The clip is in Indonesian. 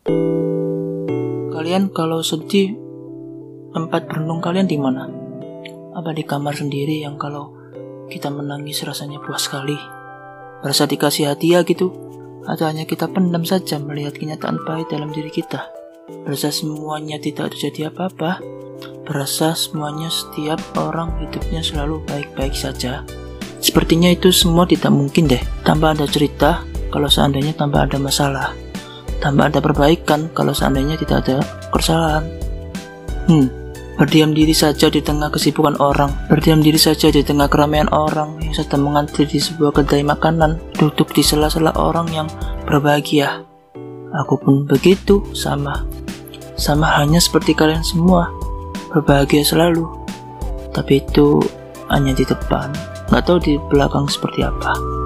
Kalian kalau sedih, tempat berlindung kalian di mana? Apa di kamar sendiri yang kalau kita menangis rasanya puas sekali? Merasa dikasih hadiah gitu? Atau hanya kita pendam saja melihat kenyataan pahit dalam diri kita? Berasa semuanya tidak terjadi apa-apa? Berasa semuanya setiap orang hidupnya selalu baik-baik saja? Sepertinya itu semua tidak mungkin deh, tanpa ada cerita kalau seandainya tanpa ada masalah, tanpa ada perbaikan kalau seandainya tidak ada kesalahan. Berdiam diri saja di tengah kesibukan orang, berdiam diri saja di tengah keramaian orang yang sedang mengantri di sebuah kedai makanan, duduk di sela-sela orang yang berbahagia. Aku pun begitu, sama hanya seperti kalian semua, berbahagia selalu. Tapi itu hanya di depan, gak tahu di belakang seperti apa.